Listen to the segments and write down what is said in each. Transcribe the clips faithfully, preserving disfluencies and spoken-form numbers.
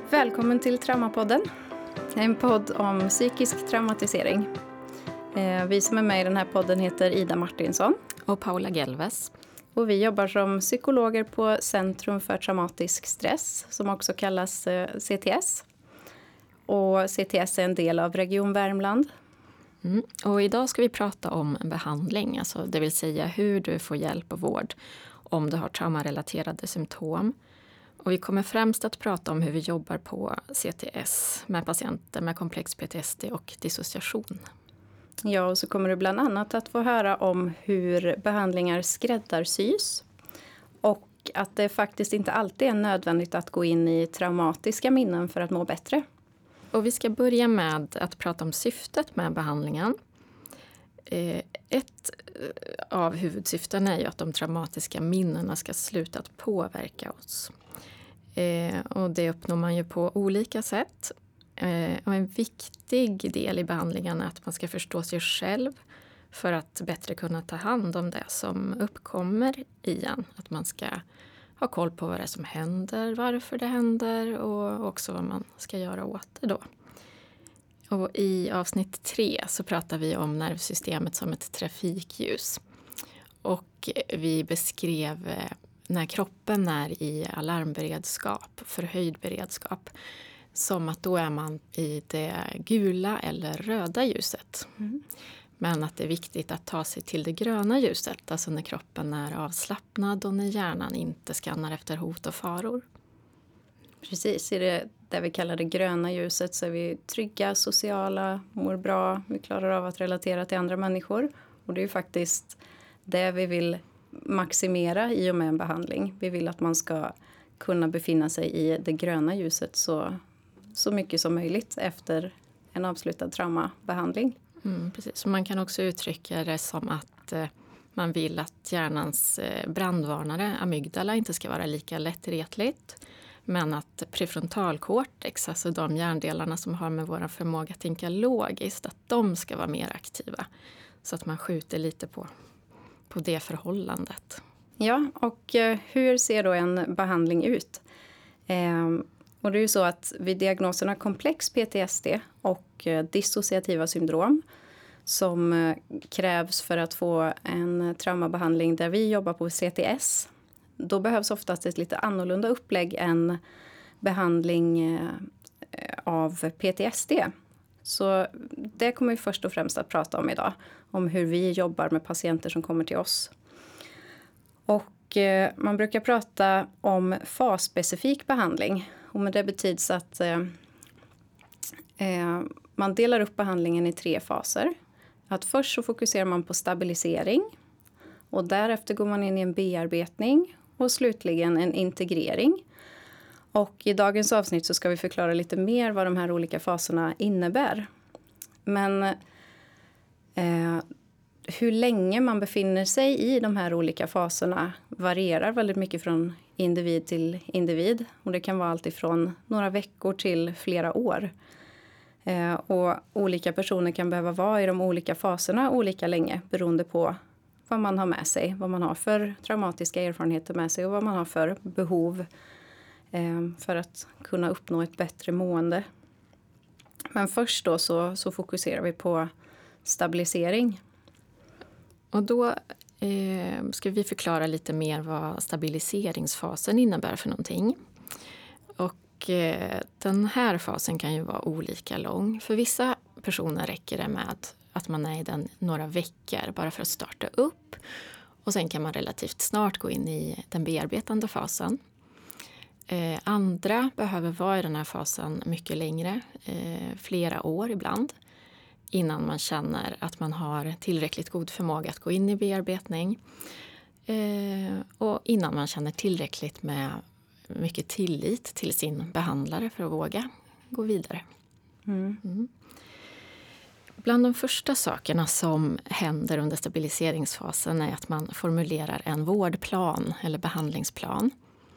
Välkommen till Traumapodden. Det är en podd om psykisk traumatisering. Vi som är med i den här podden heter Ida Martinsson och Paula Gelves. Och vi jobbar som psykologer på Centrum för traumatisk stress, som också kallas C T S. Och C T S är en del av Region Värmland. Mm. Och idag ska vi prata om behandling, alltså det vill säga hur du får hjälp och vård om du har traumarelaterade symptom. Och vi kommer främst att prata om hur vi jobbar på C T S med patienter med komplex P T S D och dissociation. Ja, och så kommer du bland annat att få höra om hur behandlingar skräddarsys och att det faktiskt inte alltid är nödvändigt att gå in i traumatiska minnen för att må bättre. Och vi ska börja med att prata om syftet med behandlingen. Ett av huvudsyftena är ju att de traumatiska minnena ska sluta att påverka oss. Och det uppnår man ju på olika sätt. Och en viktig del i behandlingen är att man ska förstå sig själv för att bättre kunna ta hand om det som uppkommer igen. Att man ska ha koll på vad det är som händer, varför det händer och också vad man ska göra åt det då. Och i avsnitt tre så pratar vi om nervsystemet som ett trafikljus. Och vi beskrev när kroppen är i alarmberedskap, förhöjd beredskap, som att då är man i det gula eller röda ljuset. Mm. Men att det är viktigt att ta sig till det gröna ljuset, alltså när kroppen är avslappnad och när hjärnan inte skannar efter hot och faror. Precis, i det där vi kallar det gröna ljuset så är vi trygga, sociala, mår bra, vi klarar av att relatera till andra människor. Och det är ju faktiskt det vi vill maximera i och med en behandling. Vi vill att man ska kunna befinna sig i det gröna ljuset så, så mycket som möjligt efter en avslutad traumabehandling. Mm, precis. Så man kan också uttrycka det som att eh, man vill att hjärnans eh, brandvarnare, amygdala, inte ska vara lika lättretligt. Men att prefrontalkortex, alltså de hjärndelarna som har med vår förmåga att tänka logiskt, att de ska vara mer aktiva. Så att man skjuter lite på, på det förhållandet. Ja, och eh, hur ser då en behandling ut? Eh, och det är ju så att vid diagnoserna komplex P T S D och eh, dissociativa syndrom som eh, krävs för att få en traumabehandling där vi jobbar på C T S, då behövs oftast ett lite annorlunda upplägg än behandling eh, av P T S D. Så det kommer vi först och främst att prata om idag. Om hur vi jobbar med patienter som kommer till oss. Och eh, man brukar prata om fasspecifik behandling. Och med det betyds att eh, eh, man delar upp behandlingen i tre faser. Att först så fokuserar man på stabilisering. Och därefter går man in i en bearbetning. Och slutligen en integrering. Och i dagens avsnitt så ska vi förklara lite mer vad de här olika faserna innebär. Men eh, hur länge man befinner sig i de här olika faserna varierar väldigt mycket från individ till individ. Och det kan vara allt ifrån några veckor till flera år. Eh, och olika personer kan behöva vara i de olika faserna olika länge beroende på vad man har med sig. Vad man har för traumatiska erfarenheter med sig och vad man har för behov för att kunna uppnå ett bättre mående. Men först då så, så fokuserar vi på stabilisering. Och då eh, ska vi förklara lite mer vad stabiliseringsfasen innebär för någonting. Och eh, den här fasen kan ju vara olika lång. För vissa personer räcker det med att man är i den några veckor bara för att starta upp. Och sen kan man relativt snart gå in i den bearbetande fasen. Eh, andra behöver vara i den här fasen mycket längre, eh, flera år ibland, innan man känner att man har tillräckligt god förmåga att gå in i bearbetning. Eh, och innan man känner tillräckligt med mycket tillit till sin behandlare för att våga gå vidare. Mm. Mm. Bland de första sakerna som händer under stabiliseringsfasen är att man formulerar en vårdplan eller behandlingsplan.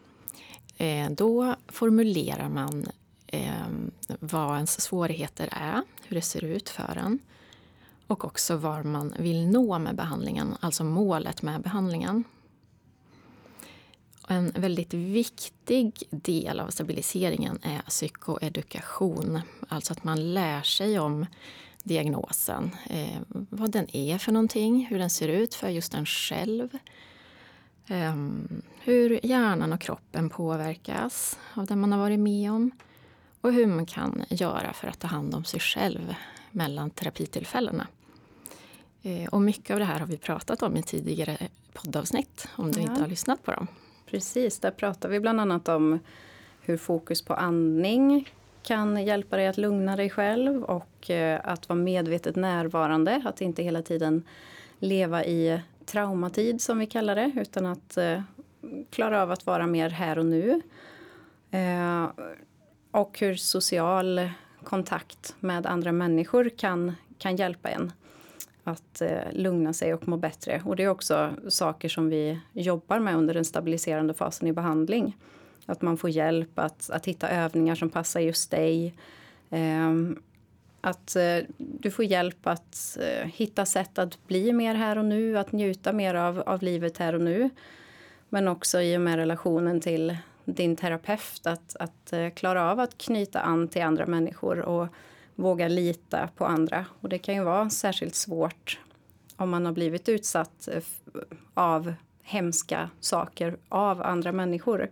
Då formulerar man eh, vad ens svårigheter är, hur det ser ut för en och också var man vill nå med behandlingen, alltså målet med behandlingen. En väldigt viktig del av stabiliseringen är psykoedukation. Alltså att man lär sig om diagnosen. Eh, vad den är för någonting, hur den ser ut för just en själv. Eh, hur hjärnan och kroppen påverkas av det man har varit med om. Och hur man kan göra för att ta hand om sig själv mellan terapitillfällena. Eh, och mycket av det här har vi pratat om i tidigare poddavsnitt, om du Ja. inte har lyssnat på dem. Precis, där pratar vi bland annat om hur fokus på andning kan hjälpa dig att lugna dig själv och eh, att vara medvetet närvarande. Att inte hela tiden leva i traumatid som vi kallar det, utan att eh, klara av att vara mer här och nu. Eh, och hur social kontakt med andra människor kan, kan hjälpa en att eh, lugna sig och må bättre. Och det är också saker som vi jobbar med under den stabiliserande fasen i behandling. Att man får hjälp att, att hitta övningar som passar just dig. Eh, att eh, du får hjälp att eh, hitta sätt att bli mer här och nu. Att njuta mer av, av livet här och nu. Men också i och med relationen till din terapeut. Att, att eh, klara av att knyta an till andra människor och våga lita på andra. Och det kan ju vara särskilt svårt om man har blivit utsatt av hemska saker av andra människor.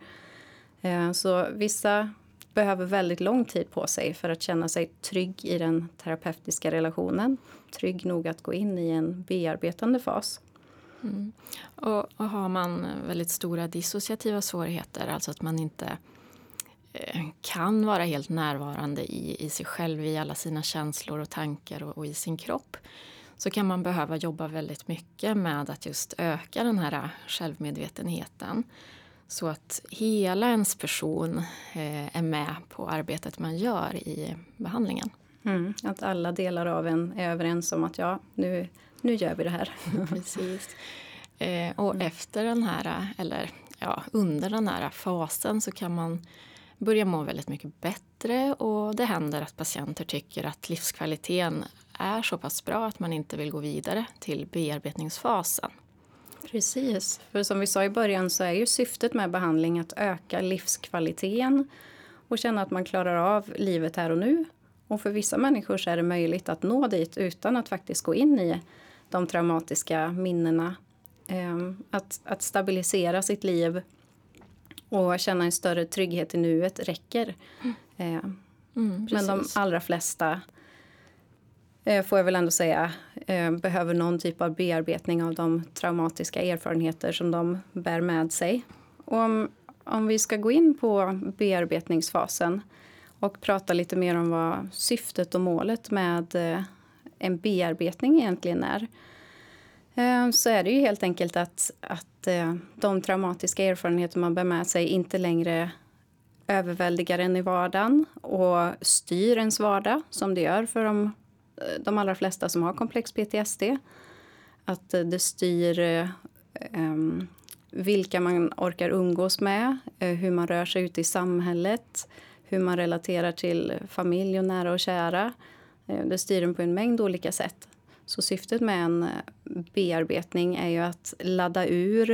Så vissa behöver väldigt lång tid på sig för att känna sig trygg i den terapeutiska relationen. Trygg nog att gå in i en bearbetande fas. Mm. Och, och har man väldigt stora dissociativa svårigheter, alltså att man inte kan vara helt närvarande i, i sig själv, i alla sina känslor och tankar och, och i sin kropp, så kan man behöva jobba väldigt mycket med att just öka den här självmedvetenheten. Så att hela ens person eh, är med på arbetet man gör i behandlingen. Mm, att alla delar av en är överens om att ja, nu, nu gör vi det här. Precis. Eh, och mm. efter den här, eller ja, under den här fasen så kan man börja må väldigt mycket bättre, och det händer att patienter tycker att livskvaliteten är så pass bra att man inte vill gå vidare till bearbetningsfasen. Precis, för som vi sa i början så är ju syftet med behandling att öka livskvaliteten och känna att man klarar av livet här och nu. Och för vissa människor så är det möjligt att nå dit utan att faktiskt gå in i de traumatiska minnena. Att, att stabilisera sitt liv och känna en större trygghet i nuet räcker. Mm. Mm, Men de allra flesta, får jag väl ändå säga, behöver någon typ av bearbetning av de traumatiska erfarenheter som de bär med sig. Och om, om vi ska gå in på bearbetningsfasen och prata lite mer om vad syftet och målet med en bearbetning egentligen är, så är det ju helt enkelt att, att de traumatiska erfarenheter man bär med sig inte längre överväldigar en i vardagen och styr ens vardag som det gör för de, de allra flesta som har komplex P T S D. Att det styr um, vilka man orkar umgås med, hur man rör sig ute i samhället, hur man relaterar till familj och nära och kära. Det styr den på en mängd olika sätt. Så syftet med en bearbetning är ju att ladda ur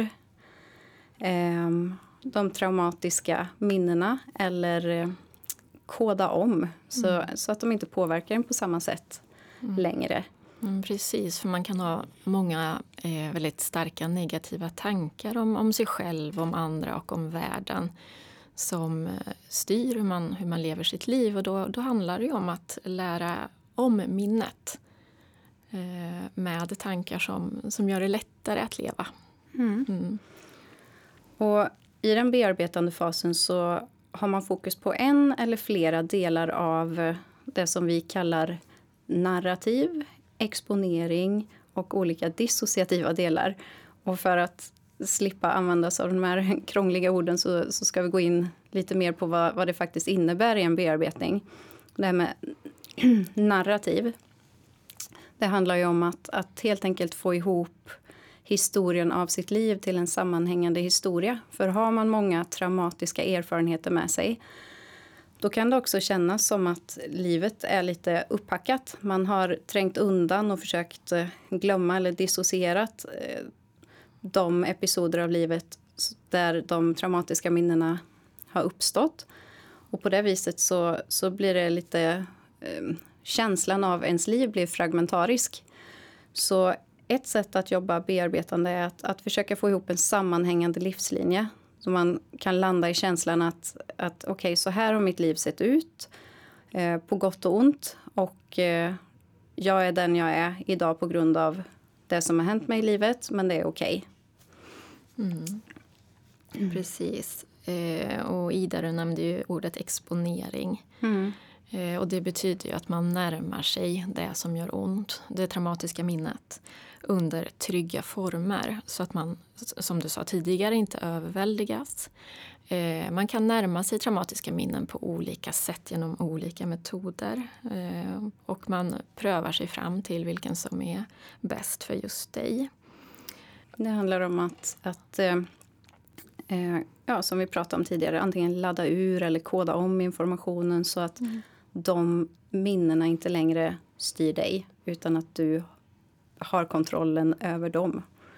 eh, de traumatiska minnena eller eh, koda om så, mm. så att de inte påverkar en på samma sätt mm. längre. Mm, precis, för man kan ha många eh, väldigt starka negativa tankar om, om sig själv, om andra och om världen som styr hur man, hur man lever sitt liv. Och då, då handlar det ju om att lära om minnet med tankar som, som gör det lättare att leva. Mm. Mm. Och i den bearbetande fasen så har man fokus på en eller flera delar av det som vi kallar narrativ, exponering och olika dissociativa delar. Och för att slippa använda sig av de här krångliga orden så, så ska vi gå in lite mer på vad, vad det faktiskt innebär i en bearbetning. Det här med narrativ. Det handlar ju om att, att helt enkelt få ihop historien av sitt liv till en sammanhängande historia. För har man många traumatiska erfarenheter med sig, då kan det också kännas som att livet är lite upphackat. Man har trängt undan och försökt glömma eller dissocierat de episoder av livet där de traumatiska minnena har uppstått. Och på det viset så, så blir det lite... Eh, känslan av ens liv blir fragmentarisk. Så ett sätt att jobba bearbetande är att, att försöka få ihop en sammanhängande livslinje. Så man kan landa i känslan att, att okej, okay, så här har mitt liv sett ut. Eh, på gott och ont. Och eh, jag är den jag är idag på grund av det som har hänt mig i livet. Men det är okej. Okay. Mm. Mm. Precis. Eh, och Ida, du nämnde ju ordet exponering. Mm. Eh, och det betyder ju att man närmar sig det som gör ont, det traumatiska minnet, under trygga former. Så att man, som du sa tidigare, inte överväldigas. Eh, man kan närma sig traumatiska minnen på olika sätt genom olika metoder. Eh, och man prövar sig fram till vilken som är bäst för just dig. Det handlar om att... att eh... Eh, ja, som vi pratade om tidigare, antingen ladda ur eller koda om informationen så att mm. de minnena inte längre styr dig utan att du har kontrollen över dem.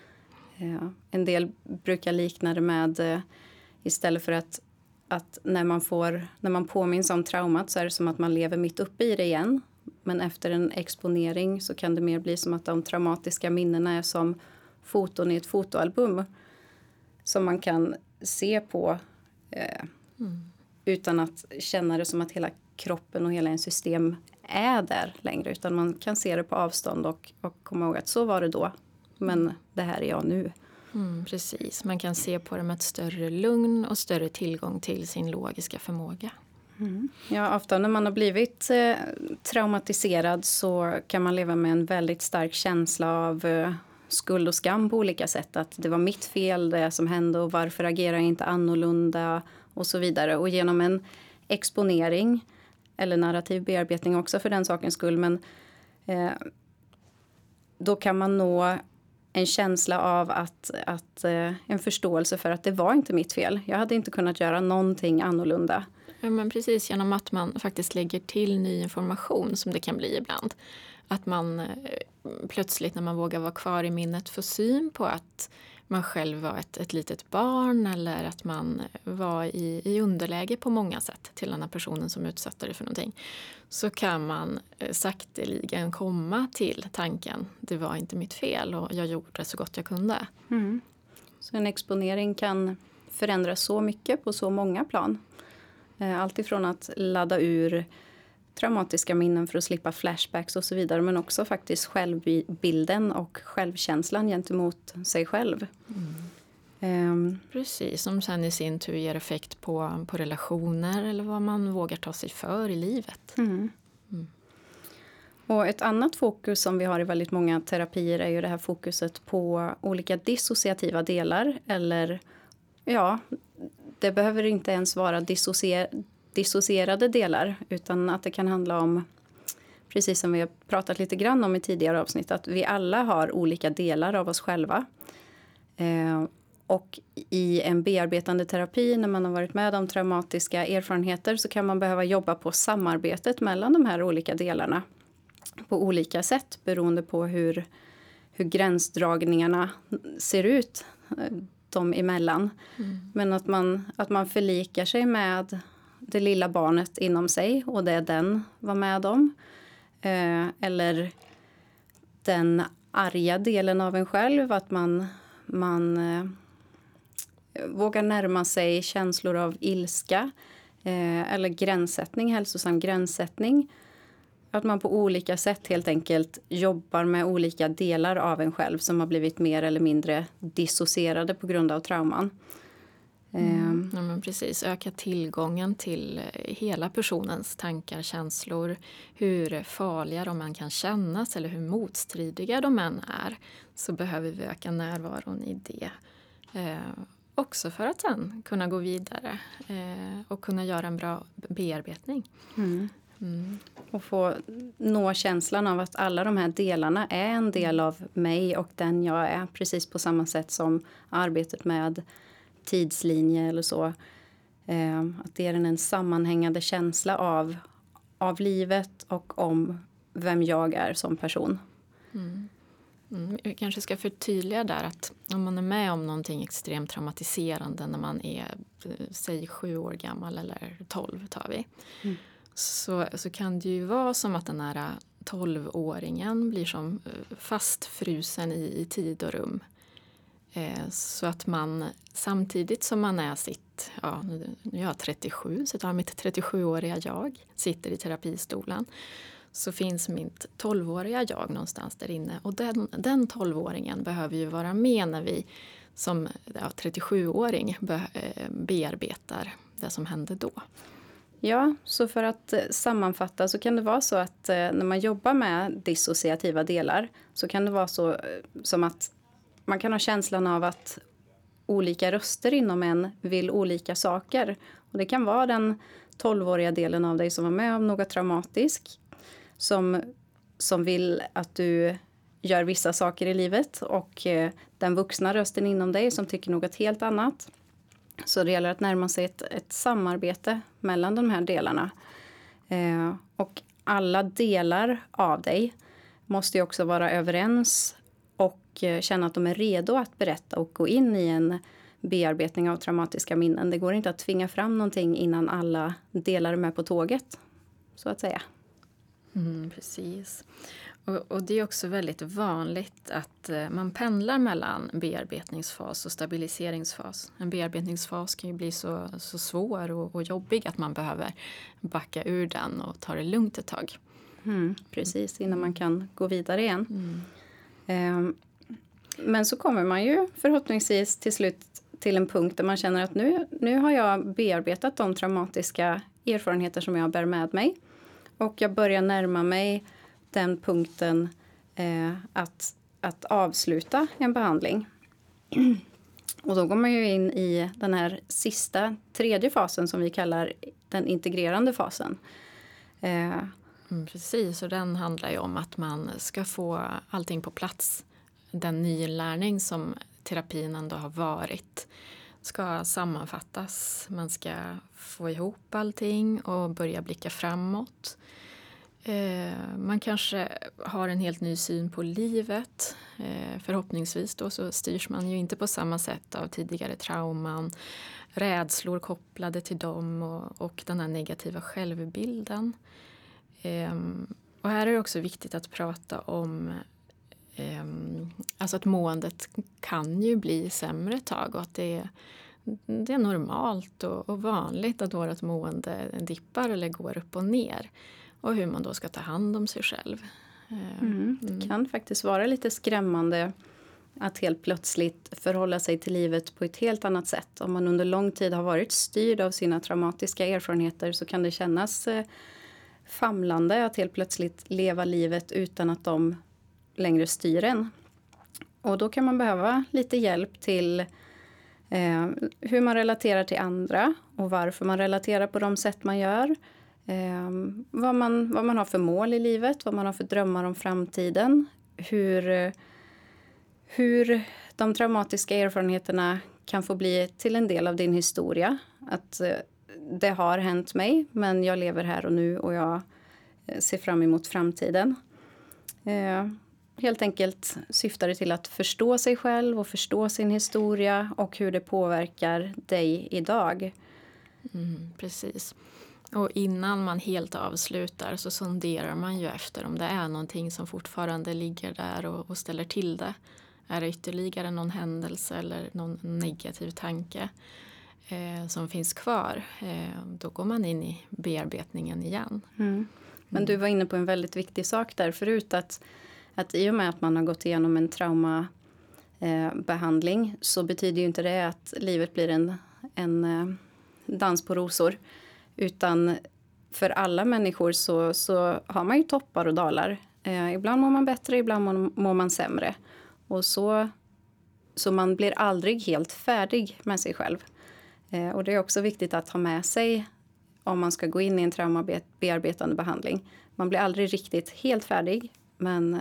Eh, en del brukar likna det med eh, istället för att, att när man får när man påminns om traumat så är det som att man lever mitt uppe i det igen. Men efter en exponering så kan det mer bli som att de traumatiska minnena är som foton i ett fotoalbum som man kan se på eh, mm. utan att känna det som att hela kroppen och hela en system är där längre. Utan man kan se det på avstånd och, och komma ihåg att så var det då. Men det här är jag nu. Mm, precis, man kan se på det med ett större lugn och större tillgång till sin logiska förmåga. Mm. Ja, ofta när man har blivit eh, traumatiserad så kan man leva med en väldigt stark känsla av... Eh, skuld och skam på olika sätt. Att det var mitt fel det som hände och varför agerar jag inte annorlunda och så vidare. Och genom en exponering eller narrativ bearbetning också för den sakens skull. Men eh, då kan man nå en känsla av att, att eh, en förståelse för att det var inte mitt fel. Jag hade inte kunnat göra någonting annorlunda. Ja, men precis, genom att man faktiskt lägger till ny information som det kan bli ibland. Att man eh, plötsligt när man vågar vara kvar i minnet får syn på att man själv var ett, ett litet barn eller att man var i, i underläge på många sätt till den här personen som utsatte dig för någonting. Så kan man eh, sakteligen komma till tanken, det var inte mitt fel och jag gjorde så gott jag kunde. Mm. Så en exponering kan förändra så mycket på så många plan. Eh, allt ifrån att ladda ur traumatiska minnen för att slippa flashbacks och så vidare. Men också faktiskt självbilden och självkänslan gentemot sig själv. Mm. Um, Precis, som sen i sin tur ger effekt på, på relationer eller vad man vågar ta sig för i livet. Mm. Mm. Och ett annat fokus som vi har i väldigt många terapier är ju det här fokuset på olika dissociativa delar. Eller ja, det behöver inte ens vara dissocier- dissocierade delar utan att det kan handla om, precis som vi har pratat lite grann om i tidigare avsnitt, att vi alla har olika delar av oss själva. Eh, och i en bearbetande terapi när man har varit med om traumatiska erfarenheter så kan man behöva jobba på samarbetet mellan de här olika delarna på olika sätt beroende på hur, hur gränsdragningarna ser ut dem emellan. Mm. Men att man, att man förlikar sig med det lilla barnet inom sig och det den var med om. Eh, eller den arga delen av en själv. Att man, man eh, vågar närma sig känslor av ilska. Eh, eller gränssättning, hälsosam gränssättning. Att man på olika sätt helt enkelt jobbar med olika delar av en själv som har blivit mer eller mindre dissocierade på grund av trauman. Mm. Ja, men precis, öka tillgången till hela personens tankar, känslor, hur farliga de än kan kännas eller hur motstridiga de än är, så behöver vi öka närvaron i det. Eh, också för att sen kunna gå vidare eh, och kunna göra en bra bearbetning. Mm. Mm. Och få nå känslan av att alla de här delarna är en del av mig och den jag är, precis på samma sätt som arbetet med tidslinje eller så. Eh, att det är en sammanhängande känsla av, av livet och om vem jag är som person. Mm. Mm, vi kanske ska förtydliga där att om man är med om någonting extremt traumatiserande när man är, säg sju år gammal eller tolv tar vi. Mm. Så, så kan det ju vara som att den här tolvåringen blir som fastfrusen i, i tid och rum. Eh, så att man samtidigt som man är sitt, ja nu, nu är jag trettiosju så tar mitt trettiosjuåriga jag, sitter i terapistolen. Så finns mitt tolvåriga jag någonstans där inne. Och den, den tolvåringen behöver ju vara med när vi som ja, trettiosjuåring be, bearbetar det som hände då. Ja, så för att sammanfatta så kan det vara så att när man jobbar med dissociativa delar så kan det vara så som att man kan ha känslan av att olika röster inom en vill olika saker. Och det kan vara den tolvåriga delen av dig som var med om något traumatiskt. Som, som vill att du gör vissa saker i livet. Och eh, den vuxna rösten inom dig som tycker något helt annat. Så det gäller att närma sig ett, ett samarbete mellan de här delarna. Eh, och alla delar av dig måste ju också vara överens och eh, känna att de är redo att berätta och gå in i en bearbetning av traumatiska minnen. Det går inte att tvinga fram någonting innan alla delar är med på tåget, så att säga. Mm, precis. Och, och det är också väldigt vanligt att eh, man pendlar mellan bearbetningsfas och stabiliseringsfas. En bearbetningsfas kan ju bli så, så svår och, och jobbig att man behöver backa ur den och ta det lugnt ett tag. Mm, precis, innan man kan gå vidare igen. Mm. Eh, men så kommer man ju förhoppningsvis till slut till en punkt där man känner att nu, nu har jag bearbetat de traumatiska erfarenheter som jag bär med mig. Och jag börjar närma mig den punkten eh, att, att avsluta en behandling. Och då går man ju in i den här sista, tredje fasen som vi kallar den integrerande fasen. Eh, mm, precis, och den handlar ju om att man ska få allting på plats. Den nylärning som terapin ändå har varit ska sammanfattas. Man ska få ihop allting och börja blicka framåt. Eh, man kanske har en helt ny syn på livet. Eh, förhoppningsvis då så styrs man ju inte på samma sätt av tidigare trauman. Rädslor kopplade till dem och, och den här negativa självbilden. Eh, och här är det också viktigt att prata om Um, alltså att måendet kan ju bli sämre ett tag och att det är, det är normalt och, och vanligt att vårt mående dippar eller går upp och ner och hur man då ska ta hand om sig själv. Mm, det kan faktiskt vara lite skrämmande att helt plötsligt förhålla sig till livet på ett helt annat sätt. Om man under lång tid har varit styrd av sina traumatiska erfarenheter så kan det kännas eh, famlande att helt plötsligt leva livet utan att de längre styr en. Och då kan man behöva lite hjälp till eh, hur man relaterar till andra och varför man relaterar på de sätt man gör. Eh, vad, man, vad man har för mål i livet, vad man har för drömmar om framtiden. Hur, hur de traumatiska erfarenheterna kan få bli till en del av din historia. Att eh, det har hänt mig men jag lever här och nu och jag eh, ser fram emot framtiden. Eh, Helt enkelt syftar det till att förstå sig själv och förstå sin historia och hur det påverkar dig idag. Mm, precis. Och innan man helt avslutar så sonderar man ju efter om det är någonting som fortfarande ligger där och, och ställer till det. Är det ytterligare någon händelse eller någon negativ tanke eh, som finns kvar? Eh, då går man in i bearbetningen igen. Mm. Men du var inne på en väldigt viktig sak där förut att Att i och med att man har gått igenom en traumabehandling eh, så betyder ju inte det att livet blir en, en eh, dans på rosor. Utan för alla människor så, så har man ju toppar och dalar. Eh, ibland mår man bättre, ibland mår, mår man sämre. Och så, så man blir aldrig helt färdig med sig själv. Eh, och det är också viktigt att ha med sig om man ska gå in i en traumabearbetande behandling. Man blir aldrig riktigt helt färdig, men...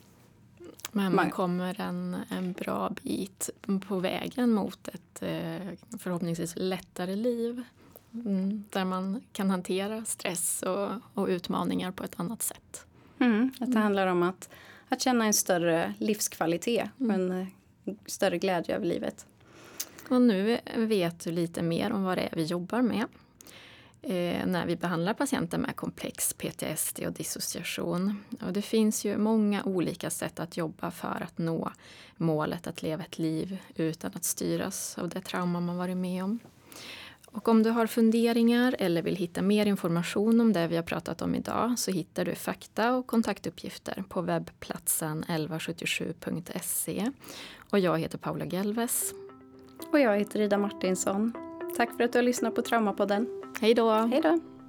Men man kommer en, en bra bit på vägen mot ett eh, förhoppningsvis lättare liv. Mm, där man kan hantera stress och, och utmaningar på ett annat sätt. Mm, att det handlar om att, att känna en större livskvalitet och en eh, större glädje över livet. Och nu vet du lite mer om vad det är vi jobbar med eh, när vi behandlar patienter med komplex P T S D och dissociation. Och det finns ju många olika sätt att jobba för att nå målet att leva ett liv utan att styras av det trauma man varit med om. Och om du har funderingar eller vill hitta mer information om det vi har pratat om idag så hittar du fakta och kontaktuppgifter på webbplatsen elva sjuttiosju punkt se. Och jag heter Paula Gelves. Och jag heter Ida Martinsson. Tack för att du har lyssnat på Traumapodden. Hej då! Hej då!